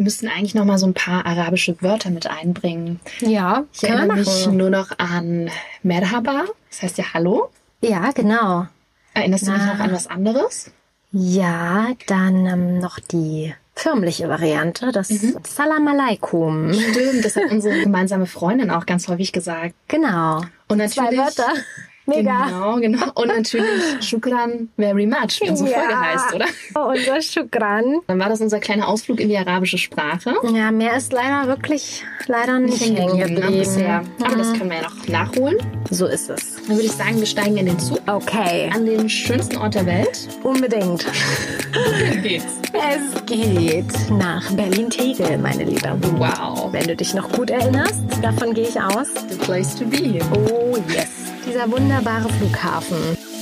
Wir müssten eigentlich noch mal so ein paar arabische Wörter mit einbringen. Ja, Ich erinnere mich nur noch an Merhaba, das heißt ja Hallo. Ja, genau. Erinnerst du dich noch an was anderes? Ja, dann noch die förmliche Variante, das Salam Alaikum. Stimmt, das hat unsere gemeinsame Freundin auch ganz häufig gesagt. Genau. Und natürlich, 2 Wörter. Mega. Genau. Und natürlich Shukran very much, wie unsere Folge heißt, oder? Oh, unser Shukran. Dann war das unser kleiner Ausflug in die arabische Sprache. Ja, mehr ist leider nicht hängen geblieben. Bisher. Aber das können wir ja noch nachholen. So ist es. Dann würde ich sagen, wir steigen in den Zug. Okay. An den schönsten Ort der Welt. Unbedingt. Wohin geht's? Es geht nach Berlin-Tegel, meine Liebe. Wow. Wenn du dich noch gut erinnerst, davon gehe ich aus. The place to be. Oh yes. Dieser wunderbare Flughafen.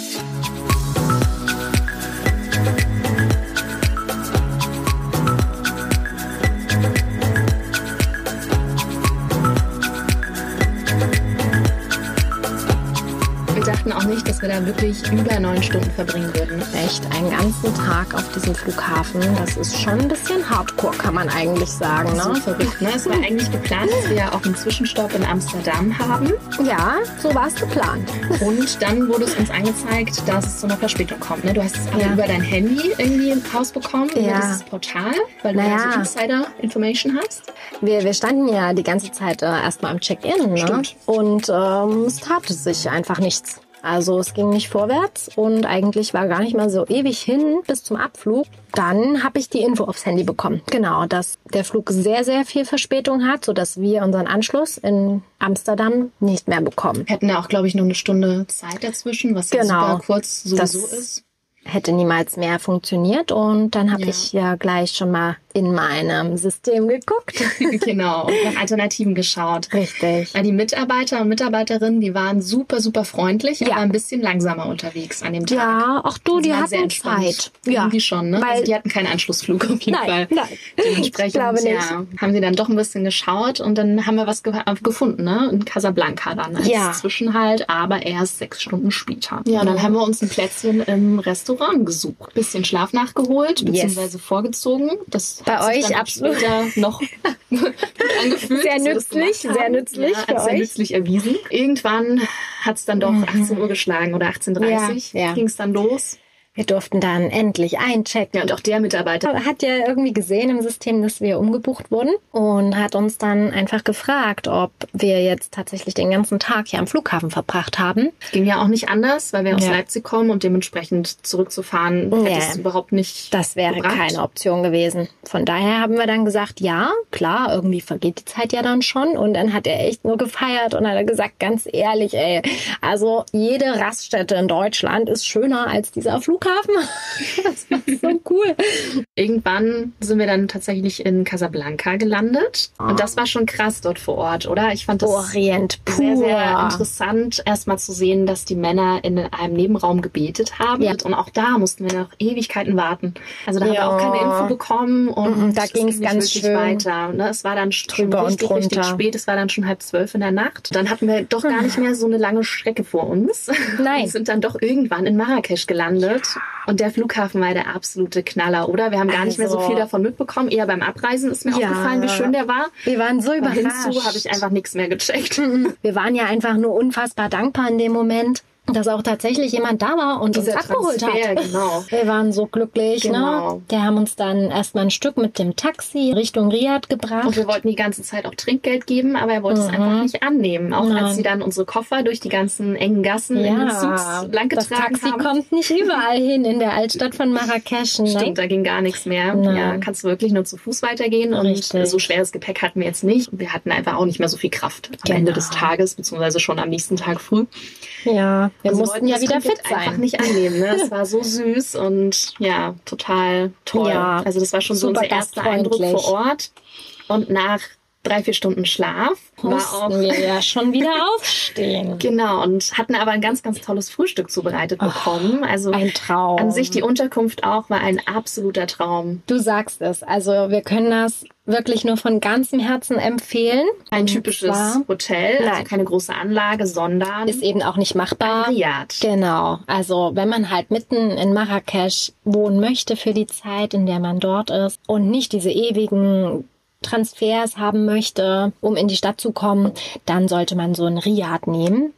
Wir dachten auch nicht, dass wir da wirklich über 9 Stunden verbringen würden. Echt, einen ganzen Tag auf diesem Flughafen. Das ist schon ein bisschen Hardcore, kann man eigentlich sagen. So Ne? verrückt, ne? Es war eigentlich geplant, dass wir ja auch einen Zwischenstopp in Amsterdam haben. Ja, so war es geplant. Und dann wurde es uns angezeigt, dass es zu einer Verspätung kommt. Ne? Du hast es alle über dein Handy irgendwie rausbekommen, über dieses Portal, weil du ja so Insider-Information hast. Wir standen ja die ganze Zeit erstmal am Check-in. Ne? Und es tat sich einfach nichts. Also es ging nicht vorwärts und eigentlich war gar nicht mal so ewig hin bis zum Abflug. Dann habe ich die Info aufs Handy bekommen. Genau, dass der Flug sehr, sehr viel Verspätung hat, sodass wir unseren Anschluss in Amsterdam nicht mehr bekommen. Wir hatten ja auch, glaube ich, nur eine Stunde Zeit dazwischen, was ja super kurz sowieso ist. Hätte niemals mehr funktioniert und dann habe ich ja gleich schon mal in meinem System geguckt. Genau, und nach Alternativen geschaut. Richtig. Weil die Mitarbeiter und Mitarbeiterinnen, die waren super, super freundlich, aber ein bisschen langsamer unterwegs an dem Tag. Ja, auch du, die hatten Zeit. Ja, die schon, ne? Weil also die hatten keinen Anschlussflug auf jeden Fall. Nein, dementsprechend haben sie dann doch ein bisschen geschaut und dann haben wir was gefunden, ne? In Casablanca dann als Zwischenhalt, aber erst 6 Stunden später. Ja, und dann haben wir uns ein Plätzchen im Restaurant gesucht. Bisschen Schlaf nachgeholt, beziehungsweise vorgezogen. Das bei euch absolut noch gut angefühlt. Sehr nützlich, sehr nützlich. Ja, hat sehr nützlich erwiesen. Irgendwann hat es dann doch 18 Uhr geschlagen oder 18:30 Uhr ging es dann los. Wir durften dann endlich einchecken. Ja, und auch der Mitarbeiter hat ja irgendwie gesehen im System, dass wir umgebucht wurden und hat uns dann einfach gefragt, ob wir jetzt tatsächlich den ganzen Tag hier am Flughafen verbracht haben. Ging ja auch nicht anders, weil wir aus Leipzig kommen und dementsprechend zurückzufahren hätte es überhaupt nicht Das wäre gebracht. Keine Option gewesen. Von daher haben wir dann gesagt, ja, klar, irgendwie vergeht die Zeit ja dann schon. Und dann hat er echt nur gefeiert und hat gesagt, ganz ehrlich, also jede Raststätte in Deutschland ist schöner als dieser Flughafen. Das war so cool. Irgendwann sind wir dann tatsächlich in Casablanca gelandet. Und das war schon krass dort vor Ort, oder? Ich fand das Orient pur. Sehr, sehr interessant, erstmal zu sehen, dass die Männer in einem Nebenraum gebetet haben. Ja. Und auch da mussten wir noch Ewigkeiten warten. Also da haben wir auch keine Info bekommen. Und da ging es ganz schön weiter. Ne? Es war dann schon richtig spät. Es war dann schon 11:30 in der Nacht. Dann hatten wir doch gar nicht mehr so eine lange Strecke vor uns. Nein. Wir sind dann doch irgendwann in Marrakesch gelandet. Und der Flughafen war der absolute Knaller, oder? Wir haben gar nicht mehr so viel davon mitbekommen. Eher beim Abreisen ist mir aufgefallen, wie schön der war. Wir waren so überrascht. Hinzu habe ich einfach nichts mehr gecheckt. Wir waren ja einfach nur unfassbar dankbar in dem Moment, dass auch tatsächlich jemand da war und uns abgeholt hat. Genau. Wir waren so glücklich. Genau. Ne? Die haben uns dann erstmal ein Stück mit dem Taxi Richtung Riad gebracht. Und wir wollten die ganze Zeit auch Trinkgeld geben, aber er wollte es einfach nicht annehmen. Auch als sie dann unsere Koffer durch die ganzen engen Gassen in den Zugs langgetragen das Taxi haben. Kommt nicht überall hin in der Altstadt von Marrakesch. Ne? Stimmt, da ging gar nichts mehr. Nein. Ja, kannst du wirklich nur zu Fuß weitergehen. Richtig. Und so schweres Gepäck hatten wir jetzt nicht. Wir hatten einfach auch nicht mehr so viel Kraft am Ende des Tages, beziehungsweise schon am nächsten Tag früh. Ja, wir mussten ja wieder fit sein. Einfach nicht annehmen. Ne? Es war so süß und ja, total toll. Ja, also das war schon so unser erster Eindruck vor Ort. Und nach 3-4 Stunden Schlaf mussten wir ja schon wieder aufstehen. Genau, und hatten aber ein ganz, ganz tolles Frühstück zubereitet bekommen. Also ein Traum. An sich die Unterkunft auch war ein absoluter Traum. Du sagst es. Also wir können das wirklich nur von ganzem Herzen empfehlen. Ein typisches Hotel, also keine große Anlage, sondern ist eben auch nicht machbar. Ein Riad. Genau. Also wenn man halt mitten in Marrakesch wohnen möchte für die Zeit, in der man dort ist und nicht diese ewigen Transfers haben möchte, um in die Stadt zu kommen, dann sollte man so ein Riad nehmen.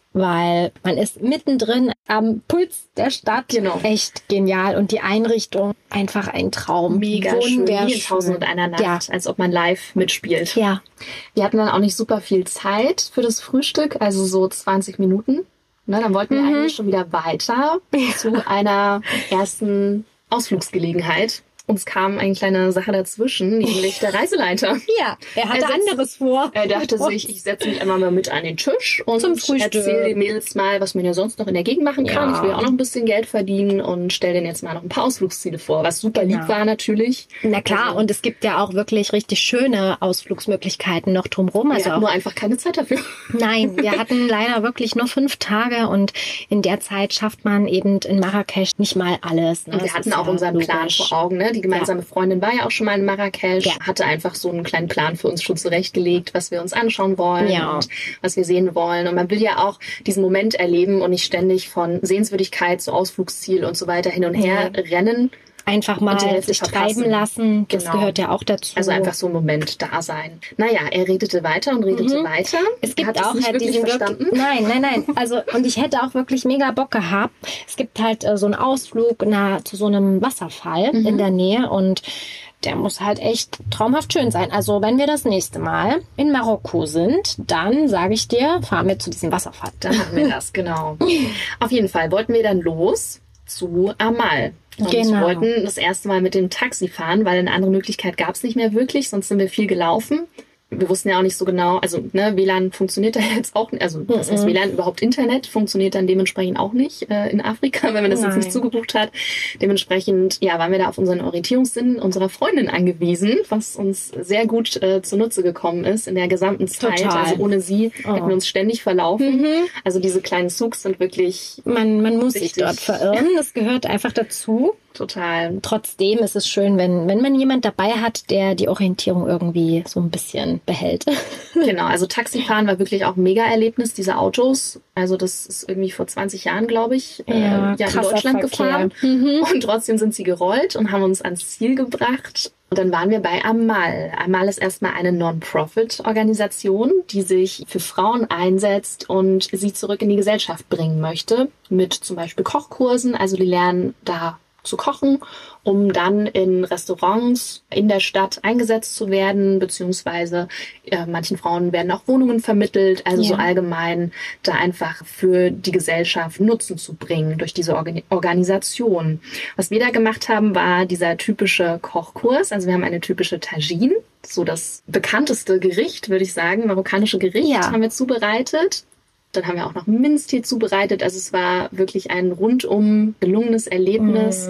Weil man ist mittendrin am Puls der Stadt. Genau. Echt genial. Und die Einrichtung, einfach ein Traum. Mega schön. Wie in 1001 Nacht, ja. Als ob man live mitspielt. Ja. Wir hatten dann auch nicht super viel Zeit für das Frühstück, also so 20 Minuten. Ne, dann wollten wir eigentlich schon wieder weiter zu einer ersten Ausflugsgelegenheit. Uns kam eine kleine Sache dazwischen, nämlich der Reiseleiter. Ja, er hatte anderes vor. Er dachte sich, ich setze mich einmal mal mit an den Tisch und erzähle den Mädels mal, was man ja sonst noch in der Gegend machen kann. Ja. Ich will ja auch noch ein bisschen Geld verdienen und stelle denen jetzt mal noch ein paar Ausflugsziele vor, was super lieb war natürlich. Na klar, also, und es gibt ja auch wirklich richtig schöne Ausflugsmöglichkeiten noch drumherum. Also wir hatten nur einfach keine Zeit dafür. Nein, wir hatten leider wirklich nur 5 Tage und in der Zeit schafft man eben in Marrakesch nicht mal alles. Ne? Und wir hatten auch unseren Plan vor Augen, ne? Die gemeinsame Freundin war ja auch schon mal in Marrakesch, hatte einfach so einen kleinen Plan für uns schon zurechtgelegt, was wir uns anschauen wollen und was wir sehen wollen. Und man will ja auch diesen Moment erleben und nicht ständig von Sehenswürdigkeit zu Ausflugsziel und so weiter hin und her rennen. Einfach mal sich treiben lassen, das gehört ja auch dazu. Also einfach so ein Moment da sein. Naja, er redete weiter und redete weiter. Es gibt auch halt diesen verstanden. Nein. Also, und ich hätte auch wirklich mega Bock gehabt. Es gibt halt so einen Ausflug zu so einem Wasserfall in der Nähe und der muss halt echt traumhaft schön sein. Also wenn wir das nächste Mal in Marokko sind, dann sage ich dir, fahren wir zu diesem Wasserfall. Dann machen wir das, genau. Auf jeden Fall wollten wir dann los zu Amal. Und wir wollten das erste Mal mit dem Taxi fahren, weil eine andere Möglichkeit gab es nicht mehr wirklich, sonst sind wir viel gelaufen. Wir wussten ja auch nicht so genau, also WLAN funktioniert da jetzt auch nicht, also das heißt WLAN, überhaupt Internet funktioniert dann dementsprechend auch nicht in Afrika, wenn man das jetzt nicht zugebucht hat. Dementsprechend, waren wir da auf unseren Orientierungssinn unserer Freundin angewiesen, was uns sehr gut zunutze gekommen ist in der gesamten Zeit. Total. Also ohne sie hätten wir uns ständig verlaufen. Also diese kleinen Zugs sind wirklich Man muss sich dort verirren, das gehört einfach dazu. Total. Trotzdem ist es schön, wenn man jemand dabei hat, der die Orientierung irgendwie so ein bisschen behält. Genau, also Taxifahren war wirklich auch ein Mega-Erlebnis, diese Autos. Also das ist irgendwie vor 20 Jahren, glaube ich, in Deutschland gefahren. Und trotzdem sind sie gerollt und haben uns ans Ziel gebracht. Und dann waren wir bei Amal. Amal ist erstmal eine Non-Profit-Organisation, die sich für Frauen einsetzt und sie zurück in die Gesellschaft bringen möchte. Mit zum Beispiel Kochkursen. Also die lernen da zu kochen, um dann in Restaurants in der Stadt eingesetzt zu werden, beziehungsweise manchen Frauen werden auch Wohnungen vermittelt, also so allgemein da einfach für die Gesellschaft Nutzen zu bringen durch diese Organisation. Was wir da gemacht haben, war dieser typische Kochkurs, also wir haben eine typische Tagine, so das bekannteste Gericht, würde ich sagen, marokkanische Gericht haben wir zubereitet. Dann haben wir auch noch Minztee zubereitet. Also es war wirklich ein rundum gelungenes Erlebnis.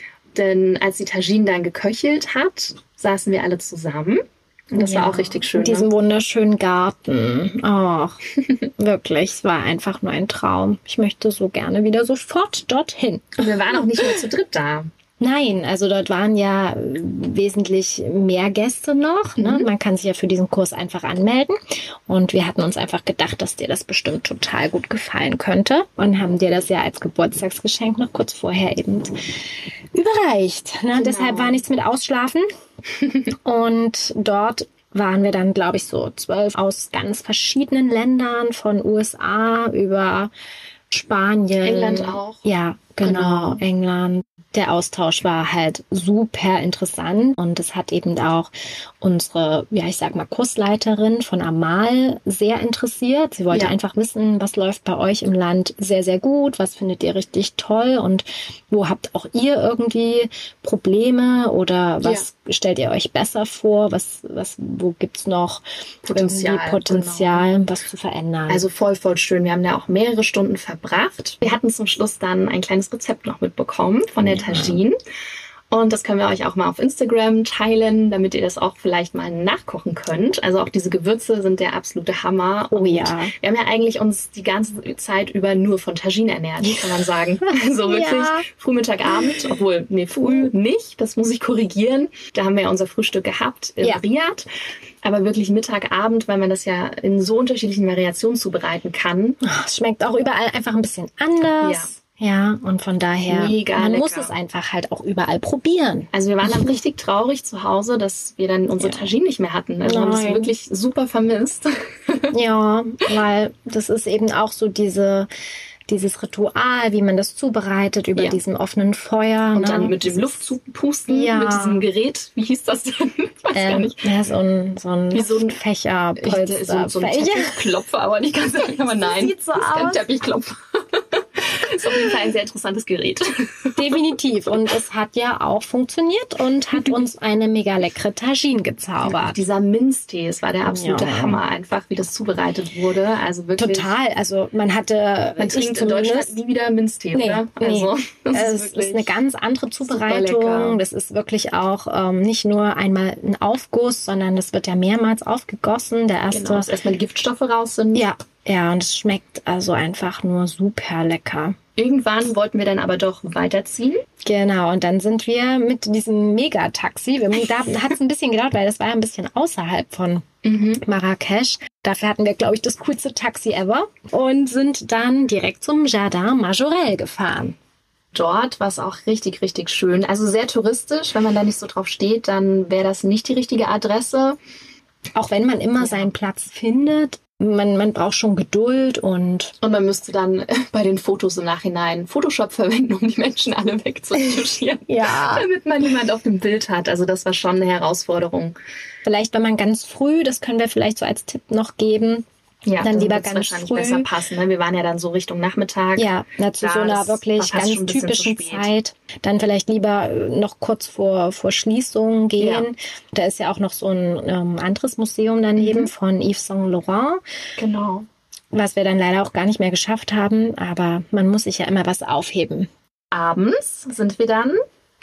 Denn als die Tagine dann geköchelt hat, saßen wir alle zusammen. Und das war auch richtig schön. In diesem wunderschönen Garten. Ach, wirklich, es war einfach nur ein Traum. Ich möchte so gerne wieder sofort dorthin. Und wir waren auch nicht mehr zu dritt da. Nein, also dort waren ja wesentlich mehr Gäste noch. Ne? Man kann sich ja für diesen Kurs einfach anmelden. Und wir hatten uns einfach gedacht, dass dir das bestimmt total gut gefallen könnte. Und haben dir das ja als Geburtstagsgeschenk noch kurz vorher eben überreicht. Ne? Genau. Deshalb war nichts mit Ausschlafen. Und dort waren wir dann, glaube ich, so 12 aus ganz verschiedenen Ländern, von USA über Spanien. England auch. Ja, genau. England. Der Austausch war halt super interessant und es hat eben auch unsere, Kursleiterin von Amal sehr interessiert. Sie wollte einfach wissen, was läuft bei euch im Land sehr, sehr gut, was findet ihr richtig toll und wo habt auch ihr irgendwie Probleme oder was stellt ihr euch besser vor, wo gibt's noch Potenzial, was zu verändern. Also voll schön. Wir haben da auch mehrere Stunden verbracht. Wir hatten zum Schluss dann ein kleines Rezept noch mitbekommen von der Tagine. Und das können wir euch auch mal auf Instagram teilen, damit ihr das auch vielleicht mal nachkochen könnt. Also auch diese Gewürze sind der absolute Hammer. Oh ja. Wir haben ja eigentlich uns die ganze Zeit über nur von Tagine ernährt, kann man sagen. Also wirklich früh, Mittag, Abend. Obwohl, früh nicht. Das muss ich korrigieren. Da haben wir ja unser Frühstück gehabt in Riyadh. Aber wirklich Mittag, Abend, weil man das ja in so unterschiedlichen Variationen zubereiten kann. Es schmeckt auch überall einfach ein bisschen anders. Ja, und von daher, man muss es einfach halt auch überall probieren. Also wir waren dann richtig traurig zu Hause, dass wir dann unsere Tagine nicht mehr hatten. Also wir haben das wirklich super vermisst. Ja, weil das ist eben auch so dieses Ritual, wie man das zubereitet über diesem offenen Feuer. Und dann mit dem Luftpusten, mit diesem Gerät. Wie hieß das denn? Ich weiß gar nicht. Ja, so ein Fächer, Polster. So ein Teppichklopfer, aber nicht ganz sagen, aber nein. Sieht so das ist aus. kein Teppichklopfer. Ist auf jeden Fall ein sehr interessantes Gerät. Definitiv. Und es hat ja auch funktioniert und hat uns eine mega leckere Tagine gezaubert. Dieser Minztee, es war der absolute Hammer, einfach wie das zubereitet wurde. Also wirklich. Total. Also man trinkt in Deutschland nie wieder Minztee, oder? Also, es ist eine ganz andere Zubereitung. Das ist wirklich auch nicht nur einmal ein Aufguss, sondern es wird ja mehrmals aufgegossen. Der erste, dass erstmal die Giftstoffe raus sind. Ja, und es schmeckt also einfach nur super lecker. Irgendwann wollten wir dann aber doch weiterziehen. Genau, und dann sind wir mit diesem Megataxi, da hat es ein bisschen gedauert, weil das war ja ein bisschen außerhalb von Marrakesch. Dafür hatten wir, glaube ich, das coolste Taxi ever und sind dann direkt zum Jardin Majorelle gefahren. Dort war es auch richtig, richtig schön. Also sehr touristisch. Wenn man da nicht so drauf steht, dann wäre das nicht die richtige Adresse. Auch wenn man immer seinen Platz findet. Man braucht schon Geduld und man müsste dann bei den Fotos im Nachhinein Photoshop verwenden, um die Menschen alle wegzuretuschieren. Damit man niemand auf dem Bild hat. Also das war schon eine Herausforderung. Vielleicht, wenn man ganz früh, das können wir vielleicht so als Tipp noch geben, dann lieber ganz wahrscheinlich früh. Besser passen. Ne? Wir waren ja dann so Richtung Nachmittag. Ja, zu so einer wirklich ganz typischen Zeit. Dann vielleicht lieber noch kurz vor Schließung gehen. Ja. Da ist ja auch noch so ein anderes Museum daneben von Yves Saint Laurent. Genau. Was wir dann leider auch gar nicht mehr geschafft haben. Aber man muss sich ja immer was aufheben. Abends sind wir dann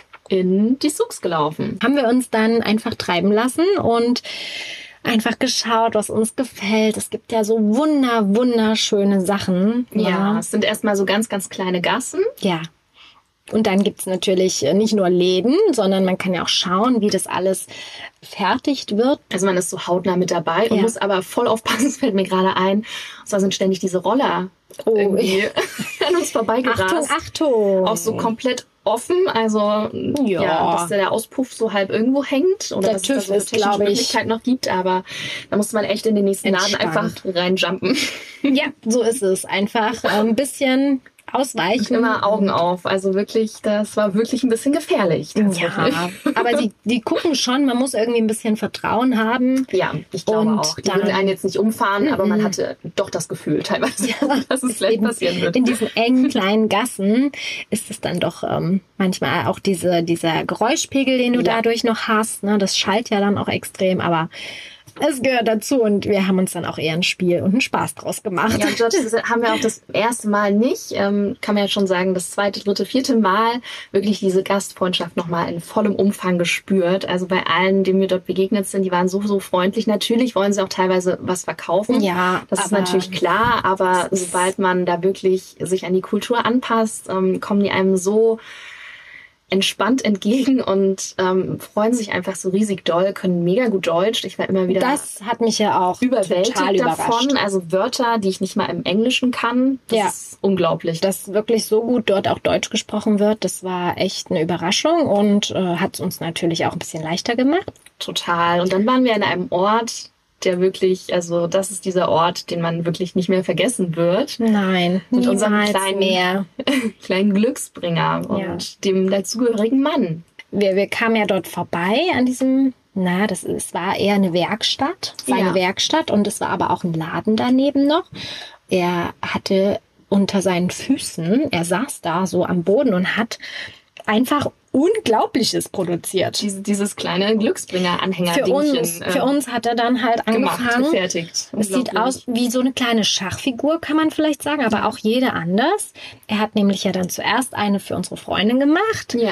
in die Souks gelaufen. Haben wir uns dann einfach treiben lassen und geschaut, was uns gefällt. Es gibt ja so wunderschöne Sachen. Ja, es sind erstmal so ganz, ganz kleine Gassen. Ja. Und dann gibt's natürlich nicht nur Läden, sondern man kann ja auch schauen, wie das alles fertigt wird. Also man ist so hautnah mit dabei und muss aber voll aufpassen, es fällt mir gerade ein. Und zwar sind ständig diese Roller irgendwie an uns vorbeigerast. Achtung! Auch so komplett offen, also dass der Auspuff so halb irgendwo hängt oder dass es da so eine technische Möglichkeit noch gibt, aber da muss man echt in den nächsten Laden einfach reinjumpen. Ja, so ist es. Einfach ein bisschen ausweichen. Immer Augen auf. Also wirklich, das war wirklich ein bisschen gefährlich. Ja, aber die gucken schon, man muss irgendwie ein bisschen Vertrauen haben. Ja, ich glaube auch. Die würden einen jetzt nicht umfahren, aber man hatte doch das Gefühl teilweise, dass es vielleicht passieren wird. In diesen engen, kleinen Gassen ist es dann doch manchmal auch dieser Geräuschpegel, den du dadurch noch hast. Ne? Das schallt ja dann auch extrem, aber es gehört dazu und wir haben uns dann auch eher ein Spiel und einen Spaß draus gemacht. Ja, und dort haben wir auch das erste Mal nicht, kann man ja schon sagen, das zweite, dritte, vierte Mal wirklich diese Gastfreundschaft nochmal in vollem Umfang gespürt. Also bei allen, denen wir dort begegnet sind, die waren so freundlich. Natürlich wollen sie auch teilweise was verkaufen. Ja, das ist natürlich klar, aber sobald man da wirklich sich an die Kultur anpasst, kommen die einem so entspannt entgegen und freuen sich einfach so riesig doll, können mega gut Deutsch. Ich war immer wieder das hat mich ja auch überwältigt total davon. Also Wörter, die ich nicht mal im Englischen kann. Das ist unglaublich. Dass wirklich so gut dort auch Deutsch gesprochen wird, das war echt eine Überraschung und hat es uns natürlich auch ein bisschen leichter gemacht. Total. Und dann waren wir an einem Ort, der wirklich, also das ist dieser Ort, den man wirklich nicht mehr vergessen wird. Nein, mit unserem kleinen Glücksbringer und dem dazugehörigen Mann. Wir kamen ja dort vorbei an diesem, es war eher eine Werkstatt, Werkstatt und es war aber auch ein Laden daneben noch. Er hatte unter seinen Füßen, er saß da so am Boden und hat einfach Unglaubliches produziert. Dieses kleine Glücksbringer-Anhänger-Dingchen. Für uns hat er dann halt angefangen. Gefertigt. Es sieht aus wie so eine kleine Schachfigur, kann man vielleicht sagen, aber auch jede anders. Er hat nämlich ja dann zuerst eine für unsere Freundin gemacht. Ja.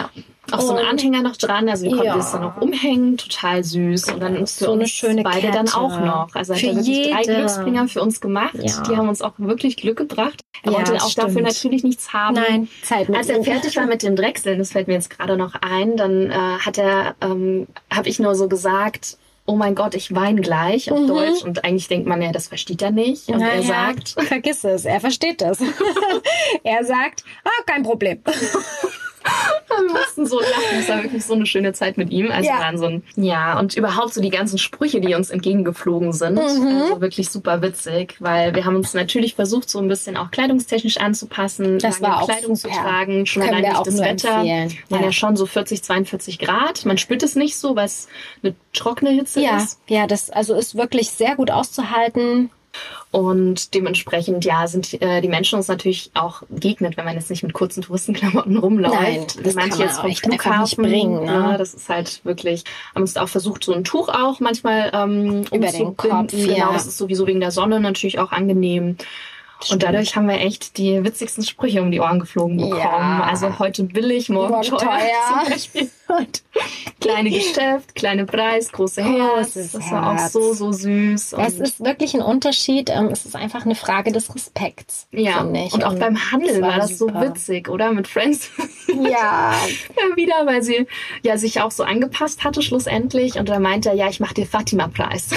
auch so ein Anhänger noch dran, also wir konnten das dann noch umhängen, total süß. Und dann ist für so eine uns schöne beide Kette. dann auch noch. Also hat Für er wirklich 3 jede. Glücksbringer für uns gemacht. Ja. Die haben uns auch wirklich Glück gebracht. Er Ja, wollte das auch dafür stimmt. natürlich nichts haben. Nein, Zeit mit Als er ihm. fertig war mit dem Drechseln, das fällt mir jetzt gerade noch ein, dann habe ich nur so gesagt, oh mein Gott, ich weine gleich auf Deutsch. Und eigentlich denkt man ja, das versteht er nicht. Und er sagt... Vergiss es, er versteht das. Er sagt, kein Problem. Wir mussten so lachen. Es war wirklich so eine schöne Zeit mit ihm. Also Wahnsinn. Ja, und überhaupt so die ganzen Sprüche, die uns entgegengeflogen sind. Also wirklich super witzig, weil wir haben uns natürlich versucht, so ein bisschen auch kleidungstechnisch anzupassen. Das lange war auch Kleidung super. zu tragen. Schon Können allein wir durch auch das nur Wetter. empfehlen. Waren Ja. ja schon so 40, 42 Grad. Man spürt es nicht so, weil es eine trockene Hitze ist. Ja, das also ist wirklich sehr gut auszuhalten. Und dementsprechend, sind die Menschen uns natürlich auch begegnet, wenn man jetzt nicht mit kurzen Touristenklamotten rumläuft. Nein, das manche kann man jetzt auch vom echt einfach Flughafen nicht bringen, ne? Ja, das ist halt wirklich, haben uns auch versucht, so ein Tuch auch manchmal Über den Kopf, Genau, das ist sowieso wegen der Sonne natürlich auch angenehm. Und dadurch haben wir echt die witzigsten Sprüche um die Ohren geflogen bekommen. Ja. Also heute billig, morgen teuer. Zum Beispiel. Kleine Geschäft, kleine Preis, große Herz. Das war auch so süß. Es ist wirklich ein Unterschied. Es ist einfach eine Frage des Respekts, finde ich. Und auch beim Handel war das so super. witzig, oder? Mit Friends. Ja. Wieder, weil sie sich auch so angepasst hatte schlussendlich. Und da meinte er, ich mache dir Fatima-Preis.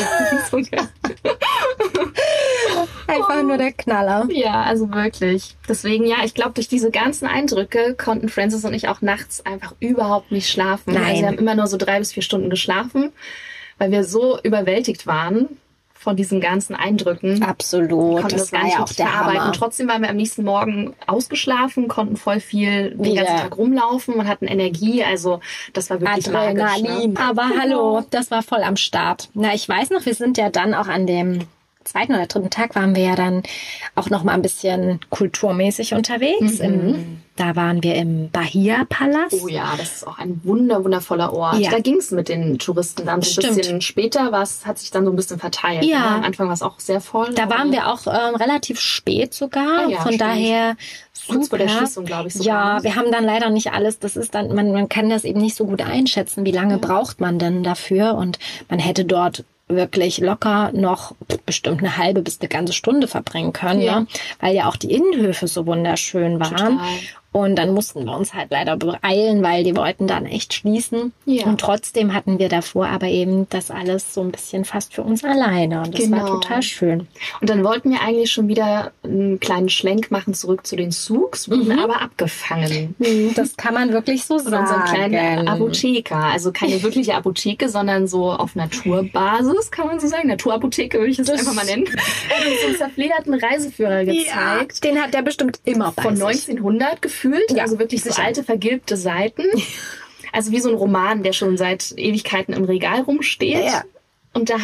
Einfach nur der Knaller. Ja, also wirklich. Deswegen, ich glaube, durch diese ganzen Eindrücke konnten Francis und ich auch nachts einfach überhaupt nicht schlafen. Nein. Also wir haben immer nur so 3 bis 4 Stunden geschlafen, weil wir so überwältigt waren von diesen ganzen Eindrücken. Absolut. Konnten das gar nicht richtig verarbeiten. Und trotzdem waren wir am nächsten Morgen ausgeschlafen, konnten voll viel den ganzen Tag rumlaufen und hatten Energie. Also das war wirklich Adrenalin. magisch. Ne? Aber hallo, das war voll am Start. Na, ich weiß noch, wir sind ja dann auch an dem 2. oder 3. Tag waren wir ja dann auch noch mal ein bisschen kulturmäßig unterwegs. Da waren wir im Bahia-Palast. Oh ja, das ist auch ein wundervoller Ort. Ja. Da ging es mit den Touristen dann so ein bisschen später. Hat sich dann so ein bisschen verteilt. Ja. Ne? Am Anfang war es auch sehr voll. Da waren wir auch relativ spät sogar. Von daher super. Kurz vor der Schließung, glaube ich. Sogar. Ja, wir haben dann leider nicht alles. Das ist dann, man kann das eben nicht so gut einschätzen. Wie lange braucht man denn dafür? Und man hätte dort wirklich locker noch bestimmt eine halbe bis eine ganze Stunde verbringen können, ne? Weil ja auch die Innenhöfe so wunderschön waren. Total. Und dann mussten wir uns halt leider beeilen, weil die wollten dann echt schließen. Ja. Und trotzdem hatten wir davor aber eben das alles so ein bisschen fast für uns alleine. Und das war total schön. Und dann wollten wir eigentlich schon wieder einen kleinen Schlenk machen zurück zu den Souks, wurden aber abgefangen. Das kann man wirklich so sagen. Von so einem kleinen Apotheker. Also keine wirkliche Apotheke, sondern so auf Naturbasis, kann man so sagen. Naturapotheke würde ich das einfach mal nennen. Er hat uns so einen zerflederten Reiseführer gezeigt. Den hat der bestimmt immer bei Von sich. 1900 gefühlt. Also wirklich so alte, vergilbte Seiten. Also wie so ein Roman, der schon seit Ewigkeiten im Regal rumsteht. Ja. Und da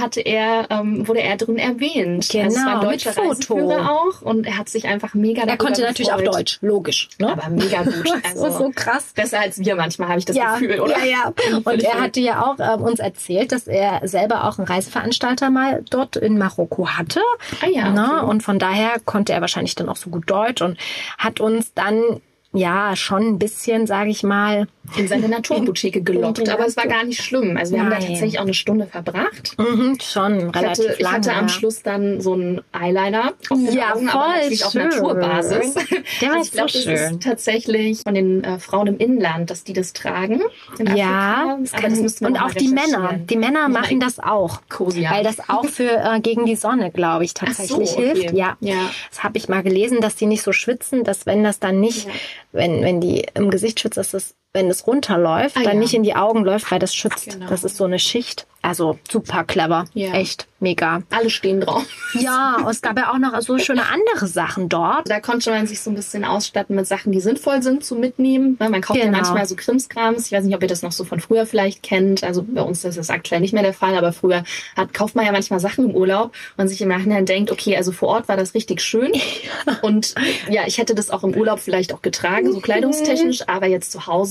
wurde er drin erwähnt. Genau, also es war ein deutscher Reiseführer auch. Und er hat sich einfach mega darüber Er konnte natürlich gefreut. auch Deutsch, logisch. Ne? Aber mega gut. Also das ist so krass. Besser als wir manchmal, habe ich das Gefühl, oder? Ja. Und er hatte ja auch uns erzählt, dass er selber auch einen Reiseveranstalter mal dort in Marokko hatte. Ah ja. Okay. Und von daher konnte er wahrscheinlich dann auch so gut Deutsch und hat uns dann schon ein bisschen, sage ich mal, in seine Naturapotheke gelockt. Aber es war gar nicht schlimm. Also wir haben da tatsächlich auch eine Stunde verbracht. Schon relativ lange. Ich hatte am Schluss dann so einen Eyeliner auf den Augen, aber natürlich auf Naturbasis. Der war ich glaube, das ist tatsächlich von den Frauen im Inland, dass die das tragen. In Afrika. Aber das müssten wir und auch die Männer. Die Männer machen das auch. Cozy, weil das auch für gegen die Sonne, glaube ich, tatsächlich hilft. Ja. Das habe ich mal gelesen, dass die nicht so schwitzen, dass wenn das dann nicht, wenn die im Gesicht schwitzt, dass das, wenn es runterläuft, dann nicht in die Augen läuft, weil das schützt. Genau. Das ist so eine Schicht. Also super clever. Ja. Echt mega. Alle stehen drauf. Ja, und es gab ja auch noch so schöne andere Sachen dort. Da konnte man sich so ein bisschen ausstatten mit Sachen, die sinnvoll sind zu mitnehmen. Man kauft ja manchmal so Krimskrams. Ich weiß nicht, ob ihr das noch so von früher vielleicht kennt. Also bei uns ist das aktuell nicht mehr der Fall, aber früher kauft man ja manchmal Sachen im Urlaub und sich im Nachhinein denkt, okay, also vor Ort war das richtig schön. Und ich hätte das auch im Urlaub vielleicht auch getragen, so kleidungstechnisch, aber jetzt zu Hause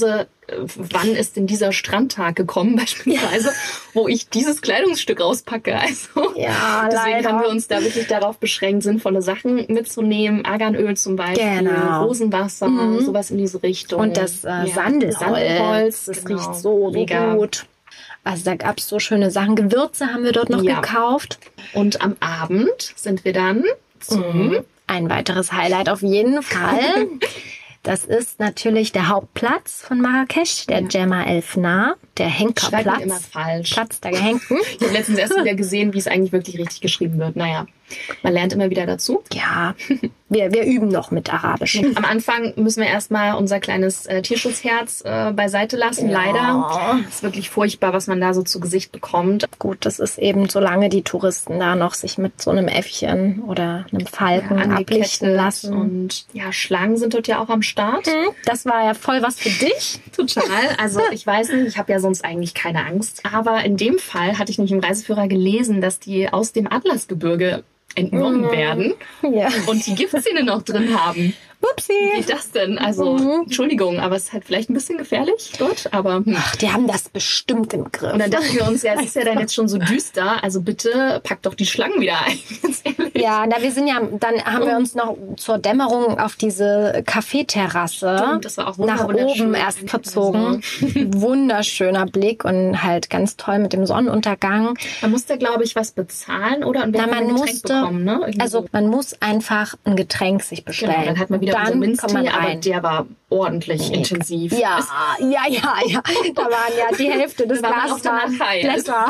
wann ist denn dieser Strandtag gekommen beispielsweise, wo ich dieses Kleidungsstück rauspacke. Also deswegen haben wir uns da wirklich darauf beschränkt, sinnvolle Sachen mitzunehmen. Arganöl zum Beispiel, Rosenwasser, sowas in diese Richtung. Und das Sandelholz, das riecht so gut. Also da gab es so schöne Sachen. Gewürze haben wir dort noch gekauft. Und am Abend sind wir dann zum... Ein weiteres Highlight auf jeden Fall. Das ist natürlich der Hauptplatz von Marrakesch, der Jemaa el Fna, der Henkerplatz. Immer falsch. Platz der Gehängten. Ich habe letztens erst wieder gesehen, wie es eigentlich wirklich richtig geschrieben wird. Naja, man lernt immer wieder dazu. Ja, wir üben noch mit Arabisch. Am Anfang müssen wir erstmal unser kleines Tierschutzherz beiseite lassen, leider. Es ist wirklich furchtbar, was man da so zu Gesicht bekommt. Gut, das ist eben, solange die Touristen da noch sich mit so einem Äffchen oder einem Falken ablichten lassen. Und Schlangen sind dort ja auch am Start. Das war ja voll was für dich. Total. Also ich weiß nicht, ich habe ja sonst eigentlich keine Angst. Aber in dem Fall hatte ich nämlich im Reiseführer gelesen, dass die aus dem Atlasgebirge entnommen werden und die Giftzähne noch drin haben. Upsi. Wie geht das denn? Also, Entschuldigung, aber es ist halt vielleicht ein bisschen gefährlich dort, aber... Ach, die haben das bestimmt im Griff. Und dann dachten wir uns, es ist ja dann jetzt schon so düster, also bitte packt doch die Schlangen wieder ein. Ja, wir sind dann haben wir uns noch zur Dämmerung auf diese Kaffeeterrasse das war auch nach oben erst verzogen. Also. Wunderschöner Blick und halt ganz toll mit dem Sonnenuntergang. Man musste, glaube ich, was bezahlen, oder? Und man musste, man muss einfach ein Getränk sich bestellen. Genau, dann hat man wieder unser Minztee, aber der war ordentlich intensiv. Ja. Da waren die Hälfte des Glases Blätter.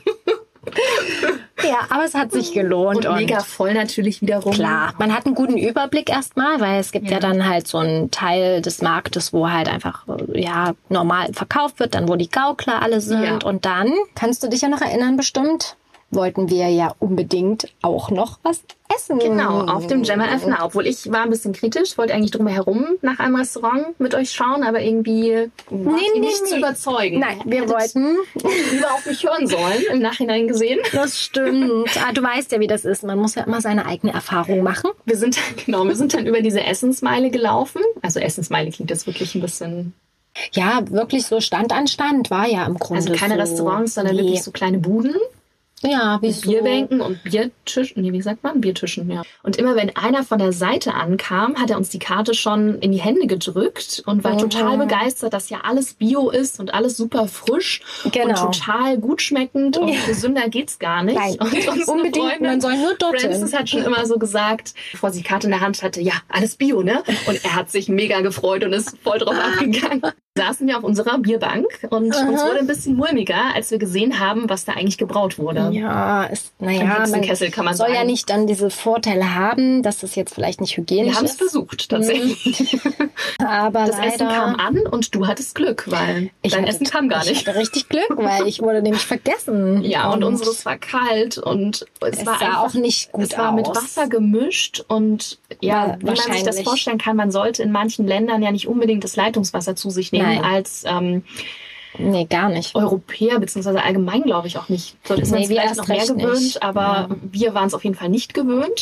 Ja, aber es hat sich gelohnt. Und mega voll natürlich wiederum. Klar, man hat einen guten Überblick erstmal, weil es gibt ja dann halt so einen Teil des Marktes, wo halt einfach normal verkauft wird, dann wo die Gaukler alle sind. Und dann, kannst du dich ja noch erinnern bestimmt, wollten wir ja unbedingt auch noch was essen. Genau, auf dem Jemaa el Fna. Obwohl ich war ein bisschen kritisch, wollte eigentlich drumherum nach einem Restaurant mit euch schauen, aber irgendwie nicht zu überzeugen. Nein, wir wollten lieber auf mich hören sollen, im Nachhinein gesehen. Das stimmt. Du weißt ja, wie das ist. Man muss ja immer seine eigene Erfahrung machen. Wir sind dann über diese Essensmeile gelaufen. Also Essensmeile klingt jetzt wirklich ein bisschen... Ja, wirklich so Stand an Stand war ja im Grunde also keine Restaurants, sondern wirklich so kleine Buden. Ja, wie Bierbänken und Biertischen. Nee, wie sagt man? Biertischen, ja. Und immer wenn einer von der Seite ankam, hat er uns die Karte schon in die Hände gedrückt und war total begeistert, dass ja alles Bio ist und alles super frisch und total gut schmeckend und gesünder geht's gar nicht. Nein, und unbedingt, Freundin, man soll nur dorthin. Francis hat schon immer so gesagt, bevor sie die Karte in der Hand hatte, ja, alles Bio, ne? Und er hat sich mega gefreut und ist voll drauf abgegangen. Saßen wir auf unserer Bierbank und uns wurde ein bisschen mulmiger, als wir gesehen haben, was da eigentlich gebraut wurde. Ja, man Kessel, kann man soll sagen. Ja nicht dann diese Vorteile haben, dass es jetzt vielleicht nicht hygienisch ist. Wir haben es versucht, tatsächlich. Aber das leider, Essen kam an und du hattest Glück, weil dein Essen kam gar nicht. Ich hatte richtig Glück, weil ich wurde nämlich vergessen. Ja, und unseres war kalt und es war sah auch nicht gut aus. Es war mit Wasser gemischt und wie man sich das vorstellen kann, man sollte in manchen Ländern ja nicht unbedingt das Leitungswasser zu sich nehmen als nee, gar nicht. Europäer, beziehungsweise allgemein glaube ich auch nicht. Dort ist man vielleicht noch mehr gewöhnt, aber wir waren es auf jeden Fall nicht gewöhnt.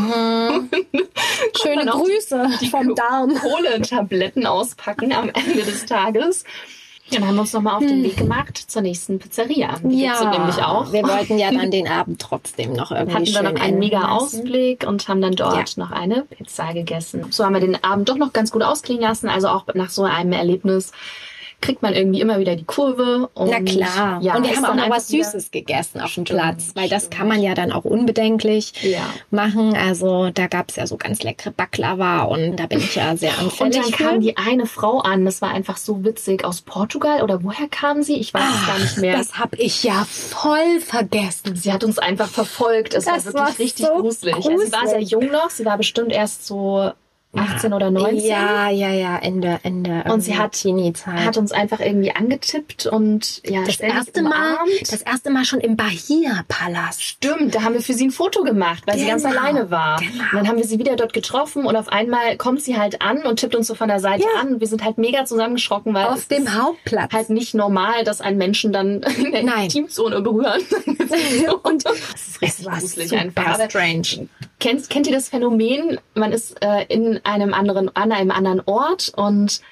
Schöne Grüße vom Darm. Kohlentabletten auspacken am Ende des Tages. Ja, dann haben wir uns nochmal auf den Weg gemacht zur nächsten Pizzeria. Die gibt's nämlich auch. Wir wollten ja dann den Abend trotzdem noch irgendwie hatten wir noch einen mega Ausblick und haben dann dort noch eine Pizza gegessen. So haben wir den Abend doch noch ganz gut ausklingen lassen. Also auch nach so einem Erlebnis kriegt man irgendwie immer wieder die Kurve. Und na klar. Ja, und wir haben auch noch was Süßes gegessen auf dem Platz, weil das kann man ja dann auch unbedenklich machen. Also da gab es ja so ganz leckere Baklava und da bin ich ja sehr anfällig. Und dann kam die eine Frau an, das war einfach so witzig, aus Portugal oder woher kam sie? Ich weiß es gar nicht mehr. Das habe ich ja voll vergessen. Sie hat uns einfach verfolgt. Es war wirklich richtig so gruselig. Also sie war sehr jung noch, sie war bestimmt erst so 18 oder 19. Ja, Ende. Und sie hat uns einfach irgendwie angetippt und das erste Mal schon im Bahia-Palast. Stimmt, da haben wir für sie ein Foto gemacht, weil sie ganz alleine war. Genau. Und dann haben wir sie wieder dort getroffen und auf einmal kommt sie halt an und tippt uns so von der Seite an. Wir sind halt mega zusammengeschrocken, weil auf dem Hauptplatz halt nicht normal, dass ein Menschen dann in der Intimzone berühren. Und das ist richtig gruselig einfach. Strange. Kennt ihr das Phänomen? Man ist an einem anderen Ort und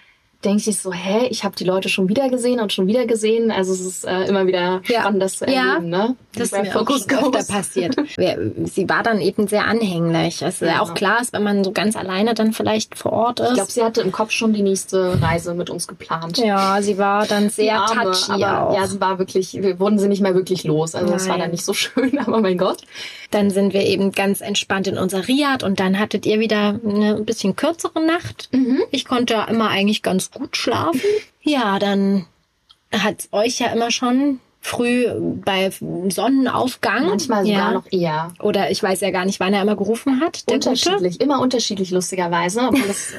denke ich so, ich habe die Leute schon wieder gesehen und schon wieder gesehen. Also es ist immer wieder spannend, das zu erleben, ne? Das ist mir auch schon öfter passiert. Sie war dann eben sehr anhänglich. Es ist ja auch klar, wenn man so ganz alleine dann vielleicht vor Ort ist. Ich glaube, sie hatte im Kopf schon die nächste Reise mit uns geplant. Ja, sie war dann sehr touchy auch. Ja, sie war wirklich, wir wurden sie nicht mehr wirklich los. Also es war dann nicht so schön, aber mein Gott. Dann sind wir eben ganz entspannt in unser Riad und dann hattet ihr wieder eine ein bisschen kürzere Nacht. Ich konnte ja immer eigentlich ganz gut schlafen. Ja, dann hat's euch ja immer schon früh bei Sonnenaufgang. Manchmal sogar noch eher. Oder ich weiß ja gar nicht, wann er immer gerufen hat. Unterschiedlich, immer unterschiedlich lustigerweise, obwohl das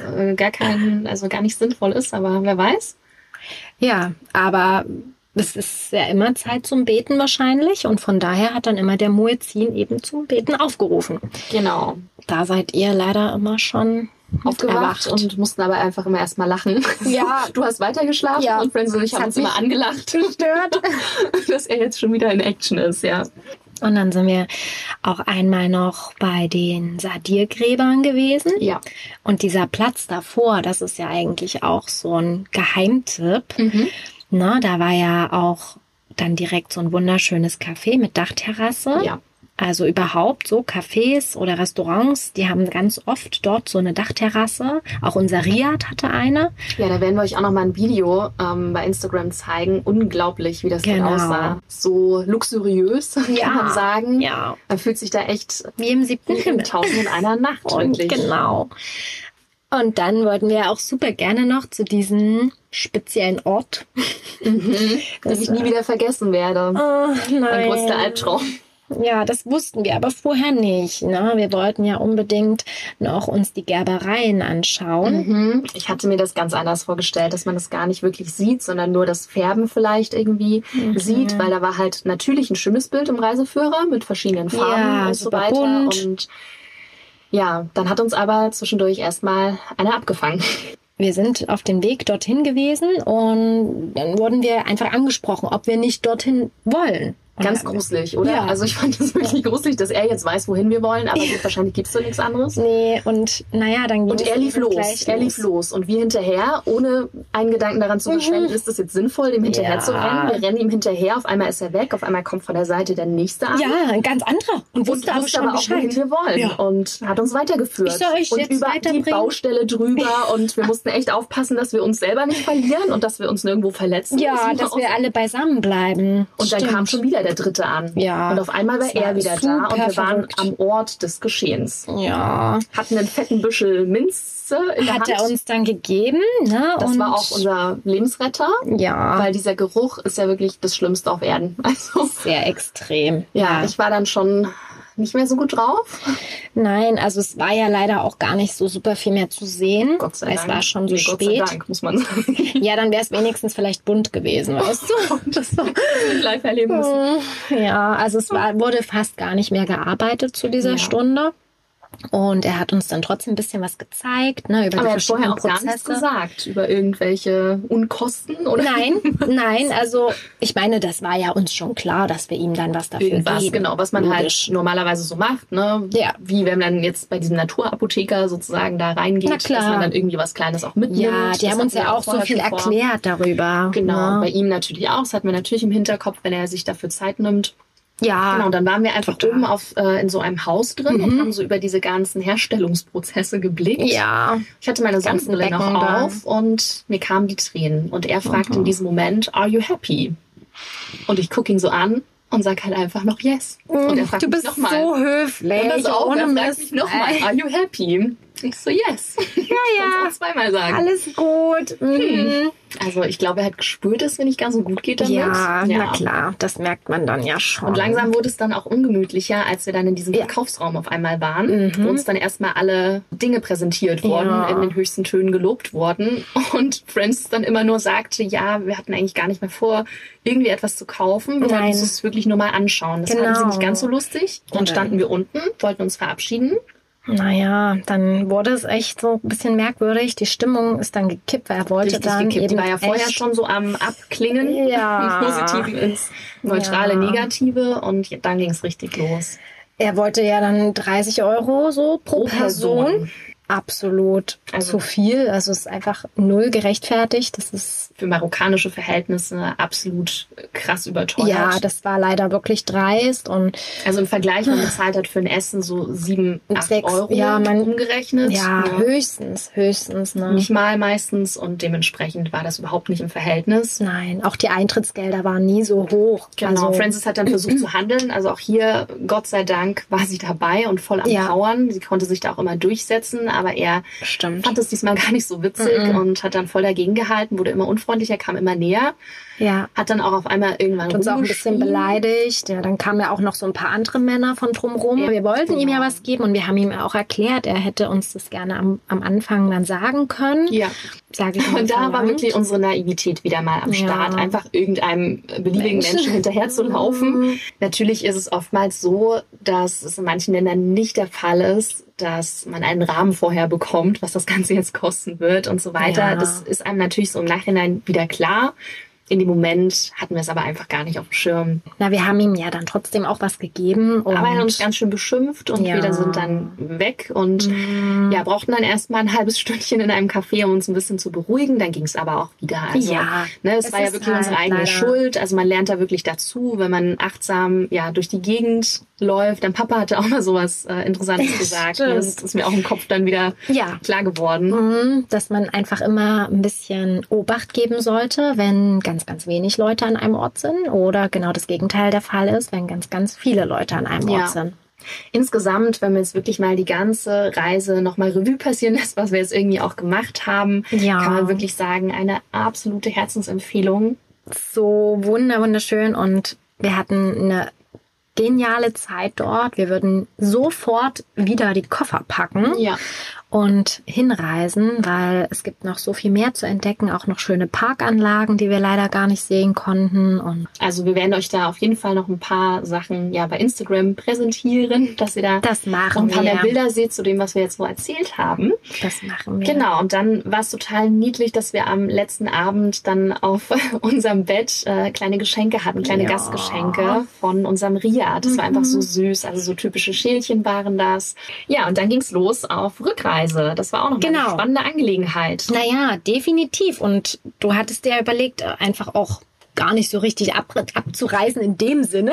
gar nicht sinnvoll ist, aber wer weiß. Ja, aber es ist ja immer Zeit zum Beten wahrscheinlich und von daher hat dann immer der Muezzin eben zum Beten aufgerufen. Genau. Da seid ihr leider immer schon aufgewacht und mussten aber einfach immer erstmal lachen. Ja. Du hast weitergeschlafen und Friends und ich haben uns immer angelacht. Gestört. Dass er jetzt schon wieder in Action ist, ja. Und dann sind wir auch einmal noch bei den Sadir-Gräbern gewesen. Ja. Und dieser Platz davor, das ist ja eigentlich auch so ein Geheimtipp. Na, da war ja auch dann direkt so ein wunderschönes Café mit Dachterrasse. Ja. Also überhaupt so Cafés oder Restaurants, die haben ganz oft dort so eine Dachterrasse. Auch unser Riad hatte eine. Ja, da werden wir euch auch noch mal ein Video bei Instagram zeigen. Unglaublich, wie das dort aussah. So luxuriös, kann man sagen. Ja. Man fühlt sich da echt wie im 7. Himmel. 1000 Nacht. Und wirklich. Genau. Und dann wollten wir auch super gerne noch zu diesem speziellen Ort. Den ich nie wieder vergessen werde. Oh, nein. Mein größter Albtraum. Ja, das wussten wir aber vorher nicht. Ne? Wir wollten ja unbedingt noch uns die Gerbereien anschauen. Ich hatte mir das ganz anders vorgestellt, dass man das gar nicht wirklich sieht, sondern nur das Färben vielleicht irgendwie sieht, weil da war halt natürlich ein schönes Bild im Reiseführer mit verschiedenen Farben und so weiter. Bunt. Und ja, dann hat uns aber zwischendurch erstmal einer abgefangen. Wir sind auf dem Weg dorthin gewesen und dann wurden wir einfach angesprochen, ob wir nicht dorthin wollen. Ganz gruselig, oder? Ja. Also ich fand das wirklich gruselig, dass er jetzt weiß, wohin wir wollen, aber wahrscheinlich gibt's doch nichts anderes. Nee, und naja, dann ging er lief los. Und wir hinterher, ohne einen Gedanken daran zu verschwenden, ist das jetzt sinnvoll, ihm hinterher zu rennen? Wir rennen ihm hinterher, auf einmal ist er weg, auf einmal kommt von der Seite der nächste an. Ja, ein ganz anderer. Und wusste aber schon auch, wohin wir wollen. Und hat uns weitergeführt. Ich soll euch und jetzt über weiterbringen? Die Baustelle drüber und wir mussten echt aufpassen, dass wir uns selber nicht verlieren und dass wir uns nirgendwo verletzen. Ja, dass wir alle beisammen bleiben. Und dann kam schon wieder der Dritte an. Ja. Und auf einmal war er wieder da und wir waren verrückt. am Ort des Geschehens. Ja. Hatten einen fetten Büschel Minze in der Hand. Hat er uns dann gegeben. Ne? Das war auch unser Lebensretter. Ja. Weil dieser Geruch ist ja wirklich das Schlimmste auf Erden. Also, sehr extrem. Ja, ich war dann schon nicht mehr so gut drauf. Nein, also es war ja leider auch gar nicht so super viel mehr zu sehen. Gott sei Dank. Es war schon so spät. Gott sei Dank, muss man sagen. Ja, dann wäre es wenigstens vielleicht bunt gewesen, weißt du? Das war live erleben müssen. Ja, also es wurde fast gar nicht mehr gearbeitet zu dieser Stunde. Und er hat uns dann trotzdem ein bisschen was gezeigt, ne, über aber die er hat vorher auch Prozesse. gar nichts gesagt über irgendwelche Unkosten, oder? Nein, also ich meine, das war ja uns schon klar, dass wir ihm dann was dafür geben. Genau, was man halt normalerweise so macht, ne? Ja. Wie wenn man jetzt bei diesem Naturapotheker sozusagen da reingeht, dass man dann irgendwie was Kleines auch mitnimmt. Ja, die haben uns ja auch so viel erklärt darüber. Genau, ne? bei ihm natürlich auch. Das hatten wir natürlich im Hinterkopf, wenn er sich dafür Zeit nimmt. Ja. Genau, dann waren wir einfach oben in so einem Haus drin und haben so über diese ganzen Herstellungsprozesse geblickt. Ja. Ich hatte meine Sonnenbrille noch auf und mir kamen die Tränen. Und er fragt in diesem Moment, are you happy? Und ich gucke ihn so an und sag halt einfach noch yes. Und er fragt du bist mich noch mal. So höflich. Und das auch, ohne er fragt Mist. mich nochmal, are you happy? Ich so, yes. Ja. Auch zweimal sagen. Alles gut. Also ich glaube, er hat gespürt, dass es mir nicht ganz so gut geht damit. Ja, na klar. Das merkt man dann ja schon. Und langsam wurde es dann auch ungemütlicher, als wir dann in diesem Verkaufsraum auf einmal waren, wo uns dann erstmal alle Dinge präsentiert wurden, in den höchsten Tönen gelobt wurden. Und Friends dann immer nur sagte, ja, wir hatten eigentlich gar nicht mehr vor, irgendwie etwas zu kaufen. Wir wollten uns das wirklich nur mal anschauen. Das fanden sie nicht ganz so lustig. Dann standen wir unten, wollten uns verabschieden. Naja, dann wurde es echt so ein bisschen merkwürdig. Die Stimmung ist dann gekippt, weil er wollte dann gekippt. eben Die war ja vorher schon so am Abklingen, Ja. vom Positiven ins neutrale Negative und dann ging es richtig los. Er wollte ja dann 30 € so pro Person. absolut zu viel. Also es ist einfach null gerechtfertigt. Das ist für marokkanische Verhältnisse absolut krass überteuert. Ja, das war leider wirklich dreist. Und also im Vergleich, man bezahlt hat für ein Essen so 7, 8 Euro umgerechnet. Ja, höchstens. Ne? Nicht mal meistens und dementsprechend war das überhaupt nicht im Verhältnis. Nein, auch die Eintrittsgelder waren nie so hoch. Genau, Frances hat dann versucht zu handeln. Also auch hier, Gott sei Dank, war sie dabei und voll am Powern. Sie konnte sich da auch immer durchsetzen, aber er fand es diesmal gar nicht so witzig und hat dann voll dagegen gehalten, wurde immer unfreundlicher, kam immer näher. Ja. Hat dann auch auf einmal irgendwann uns auch ein bisschen beleidigt. Ja, dann kamen ja auch noch so ein paar andere Männer von drumherum. Ja, wir wollten ihm ja was geben und wir haben ihm auch erklärt, er hätte uns das gerne am Anfang dann sagen können. Ja. Und da war wirklich unsere Naivität wieder mal am Start. Einfach irgendeinem beliebigen Menschen hinterher zu laufen. Natürlich ist es oftmals so, dass es in manchen Ländern nicht der Fall ist, dass man einen Rahmen vorher bekommt, was das Ganze jetzt kosten wird und so weiter. Ja. Das ist einem natürlich so im Nachhinein wieder klar. In dem Moment hatten wir es aber einfach gar nicht auf dem Schirm. Na, wir haben ihm ja dann trotzdem auch was gegeben. Und aber er hat uns ganz schön beschimpft und wir sind dann weg und brauchten dann erstmal ein halbes Stündchen in einem Café, um uns ein bisschen zu beruhigen. Dann ging es aber auch wieder. Also, es war ja wirklich unsere eigene Schuld. Also man lernt da wirklich dazu, wenn man achtsam durch die Gegend läuft. Dein Papa hatte auch mal sowas Interessantes gesagt. Das ist mir auch im Kopf dann wieder klar geworden. Dass man einfach immer ein bisschen Obacht geben sollte, wenn ganz wenig Leute an einem Ort sind oder genau das Gegenteil der Fall ist, wenn ganz viele Leute an einem Ort sind. Insgesamt, wenn wir jetzt wirklich mal die ganze Reise nochmal Revue passieren lässt, was wir jetzt irgendwie auch gemacht haben, kann man wirklich sagen, eine absolute Herzensempfehlung. So wunderschön und wir hatten eine geniale Zeit dort. Wir würden sofort wieder die Koffer packen und hinreisen, weil es gibt noch so viel mehr zu entdecken, auch noch schöne Parkanlagen, die wir leider gar nicht sehen konnten. Und also wir werden euch da auf jeden Fall noch ein paar Sachen bei Instagram präsentieren, dass ihr da noch ein paar mehr Bilder seht zu dem, was wir jetzt so erzählt haben. Das machen wir. Genau, und dann war es total niedlich, dass wir am letzten Abend dann auf unserem Bett kleine Geschenke hatten, kleine Gastgeschenke von unserem Riad. Das war einfach so süß, also so typische Schälchen waren das. Ja, und dann ging's los auf Rückreise. Das war auch noch eine spannende Angelegenheit. Naja, definitiv. Und du hattest dir überlegt, einfach auch gar nicht so richtig abzureisen in dem Sinne.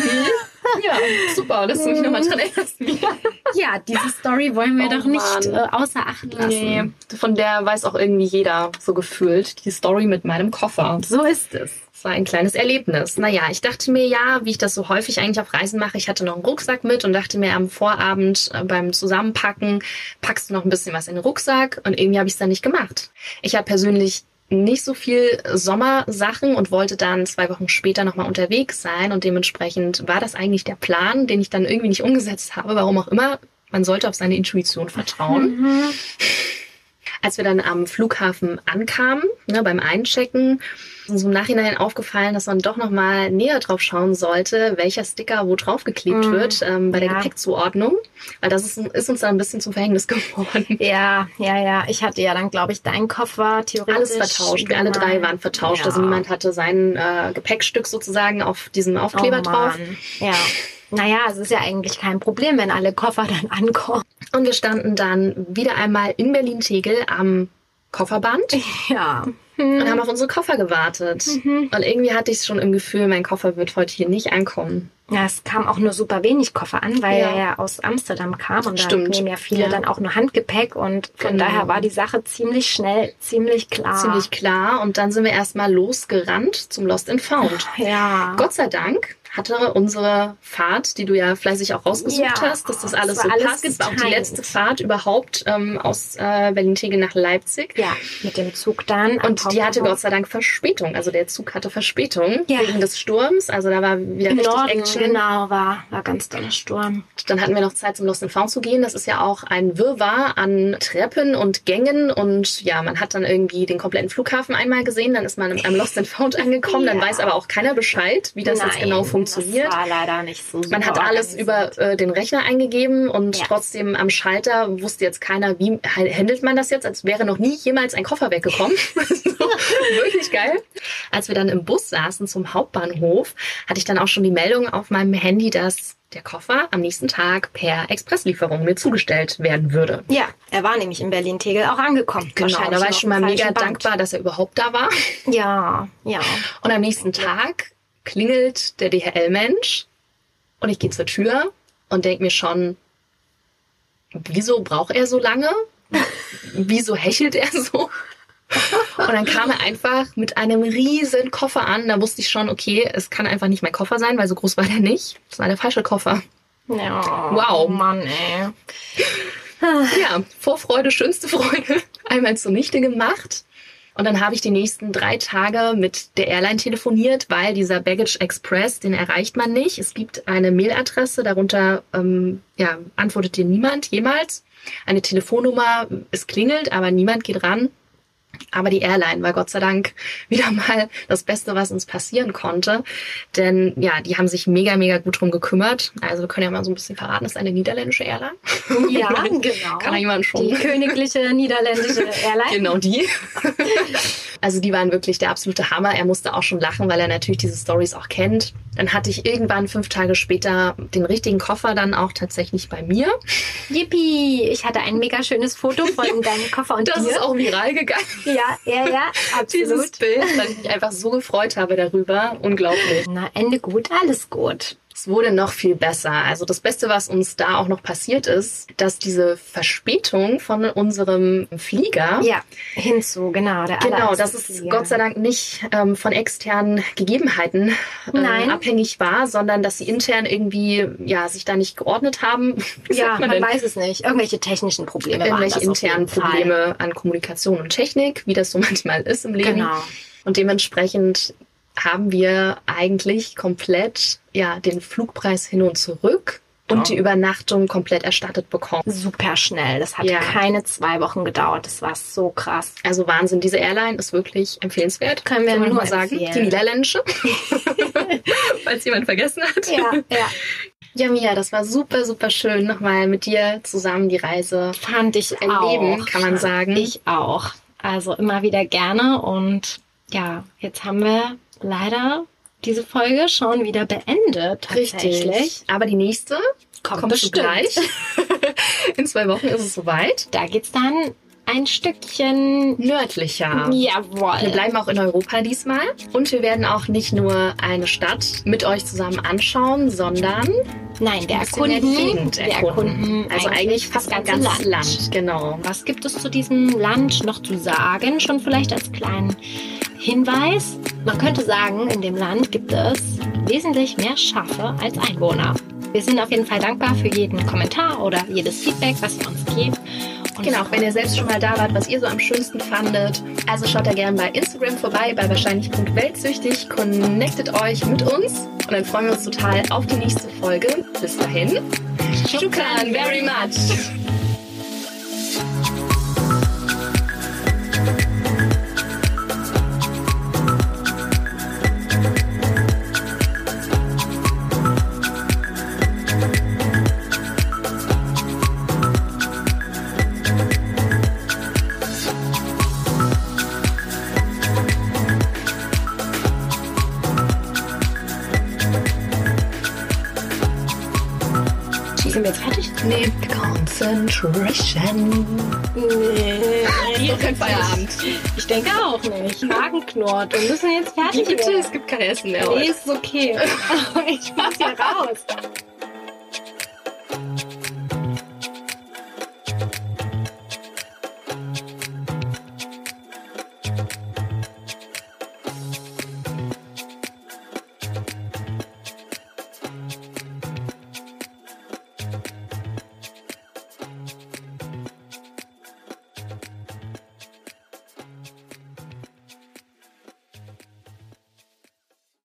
Ja, super, dass du mich nochmal dran erinnerst. Ja, diese Story wollen wir doch nicht außer Acht lassen. Nee, von der weiß auch irgendwie jeder so gefühlt. Die Story mit meinem Koffer. So ist es. Das war ein kleines Erlebnis. Naja, ich dachte mir wie ich das so häufig eigentlich auf Reisen mache, ich hatte noch einen Rucksack mit und dachte mir am Vorabend beim Zusammenpacken, packst du noch ein bisschen was in den Rucksack und irgendwie habe ich es dann nicht gemacht. Ich habe persönlich nicht so viel Sommersachen und wollte dann 2 Wochen später nochmal unterwegs sein und dementsprechend war das eigentlich der Plan, den ich dann irgendwie nicht umgesetzt habe, warum auch immer. Man sollte auf seine Intuition vertrauen. Als wir dann am Flughafen ankamen, beim Einchecken, ist uns im Nachhinein aufgefallen, dass man doch nochmal näher drauf schauen sollte, welcher Sticker wo draufgeklebt wird bei der Gepäckzuordnung. Weil das ist uns dann ein bisschen zum Verhängnis geworden. Ja. Ich hatte ja dann, glaube ich, deinen Koffer theoretisch. Alles vertauscht. Wir alle 3 waren vertauscht. Ja. Also niemand hatte sein Gepäckstück sozusagen auf diesem Aufkleber drauf. Ja. Naja, es ist ja eigentlich kein Problem, wenn alle Koffer dann ankommen. Und wir standen dann wieder einmal in Berlin-Tegel am Kofferband. Ja. Und haben auf unsere Koffer gewartet. Und irgendwie hatte ich schon im Gefühl, mein Koffer wird heute hier nicht ankommen. Ja, es kam auch nur super wenig Koffer an, weil er ja aus Amsterdam kam. Und da nehmen ja viele dann auch nur Handgepäck. Und von daher war die Sache ziemlich schnell, ziemlich klar. Ziemlich klar. Und dann sind wir erstmal losgerannt zum Lost and Found. Ja. Gott sei Dank hatte unsere Fahrt, die du ja fleißig auch rausgesucht hast, dass das alles so passt. Das war auch die letzte Fahrt überhaupt aus Berlin-Tegel nach Leipzig. Ja, mit dem Zug dann. Und die hatte Gott sei Dank Verspätung. Also der Zug hatte Verspätung wegen des Sturms. Also da war wieder richtig Action. Genau, war ganz toller Sturm. Dann hatten wir noch Zeit, zum Lost and Found zu gehen. Das ist ja auch ein Wirrwarr an Treppen und Gängen. Und man hat dann irgendwie den kompletten Flughafen einmal gesehen. Dann ist man am Lost and Found angekommen. Dann weiß aber auch keiner Bescheid, wie das jetzt genau funktioniert. funktioniert. Das war leider nicht so super. Man hat alles über den Rechner eingegeben und trotzdem am Schalter wusste jetzt keiner, wie handelt man das jetzt, als wäre noch nie jemals ein Koffer weggekommen. Wirklich geil. Als wir dann im Bus saßen zum Hauptbahnhof, hatte ich dann auch schon die Meldung auf meinem Handy, dass der Koffer am nächsten Tag per Expresslieferung mir zugestellt werden würde. Ja, er war nämlich in Berlin-Tegel auch angekommen. Genau, da war ich schon mal mega dankbar, dass er überhaupt da war. Ja. Und am nächsten Tag klingelt der DHL-Mensch und ich gehe zur Tür und denke mir schon, wieso braucht er so lange? Wieso hechelt er so? Und dann kam er einfach mit einem riesen Koffer an. Da wusste ich schon, okay, es kann einfach nicht mein Koffer sein, weil so groß war der nicht. Das war der falsche Koffer. Ja, wow. Mann, ey. Ja, Vorfreude, schönste Freude. Einmal zunichte gemacht. Und dann habe ich die nächsten 3 Tage mit der Airline telefoniert, weil dieser Baggage Express, den erreicht man nicht. Es gibt eine Mailadresse, darunter antwortet dir niemand jemals. Eine Telefonnummer, es klingelt, aber niemand geht ran. Aber die Airline war Gott sei Dank wieder mal das Beste, was uns passieren konnte. Denn ja, die haben sich mega, mega gut drum gekümmert. Also wir können ja mal so ein bisschen verraten, das ist eine niederländische Airline. Ja, genau. Kann ja jemand schon. Die königliche niederländische Airline. Genau die. Also die waren wirklich der absolute Hammer. Er musste auch schon lachen, weil er natürlich diese Storys auch kennt. Dann hatte ich irgendwann 5 Tage später den richtigen Koffer dann auch tatsächlich bei mir. Yippie! Ich hatte ein mega schönes Foto von deinem Koffer und das dir. Ist auch viral gegangen. Ja, absolut. Dieses Bild, weil ich mich einfach so gefreut habe darüber. Unglaublich. Na, Ende gut, alles gut. Es wurde noch viel besser. Also das Beste, was uns da auch noch passiert ist, dass diese Verspätung von unserem Flieger... Ja, hinzu, genau. Das ist Gott sei Dank nicht von externen Gegebenheiten abhängig war, sondern dass sie intern irgendwie sich da nicht geordnet haben. Ja, man weiß es nicht. Irgendwelche technischen Probleme waren das. Irgendwelche internen Probleme an Kommunikation und Technik, wie das so manchmal ist im Leben. Genau. Und dementsprechend haben wir eigentlich komplett den Flugpreis hin und zurück und die Übernachtung komplett erstattet bekommen. Super schnell. Das hat keine 2 Wochen gedauert. Das war so krass. Also Wahnsinn. Diese Airline ist wirklich empfehlenswert. Können wir nur sagen. Die niederländische. Falls jemand vergessen hat. Ja. Ja, Mia, das war super, super schön, nochmal mit dir zusammen die Reise fand ich erleben, auch. Kann man sagen. Ich auch. Also immer wieder gerne. Und ja, jetzt haben wir leider diese Folge schon wieder beendet. Richtig. Aber die nächste kommt bestimmt gleich. In 2 Wochen ist es soweit. Da geht's dann ein Stückchen nördlicher. Jawohl. Wir bleiben auch in Europa diesmal. Und wir werden auch nicht nur eine Stadt mit euch zusammen anschauen, sondern wir erkunden. Also eigentlich fast ein ganzes Land. Genau. Was gibt es zu diesem Land noch zu sagen? Schon vielleicht als kleinen Hinweis. Man könnte sagen, in dem Land gibt es wesentlich mehr Schafe als Einwohner. Wir sind auf jeden Fall dankbar für jeden Kommentar oder jedes Feedback, was ihr uns gebt. Und genau, wenn ihr selbst schon mal da wart, was ihr so am schönsten fandet. Also schaut da gerne bei Instagram vorbei, bei wahrscheinlich.weltsüchtig. Connectet euch mit uns und dann freuen wir uns total auf die nächste Folge. Bis dahin. Shukran very much. Sind wir jetzt fertig? Nee. Concentration. Nee. So kein Feierabend. Ich denke auch nicht. Magen knurrt. Wir müssen jetzt fertig Bitte, werden. es gibt kein Essen mehr. Nee, ist okay. Ich muss hier raus.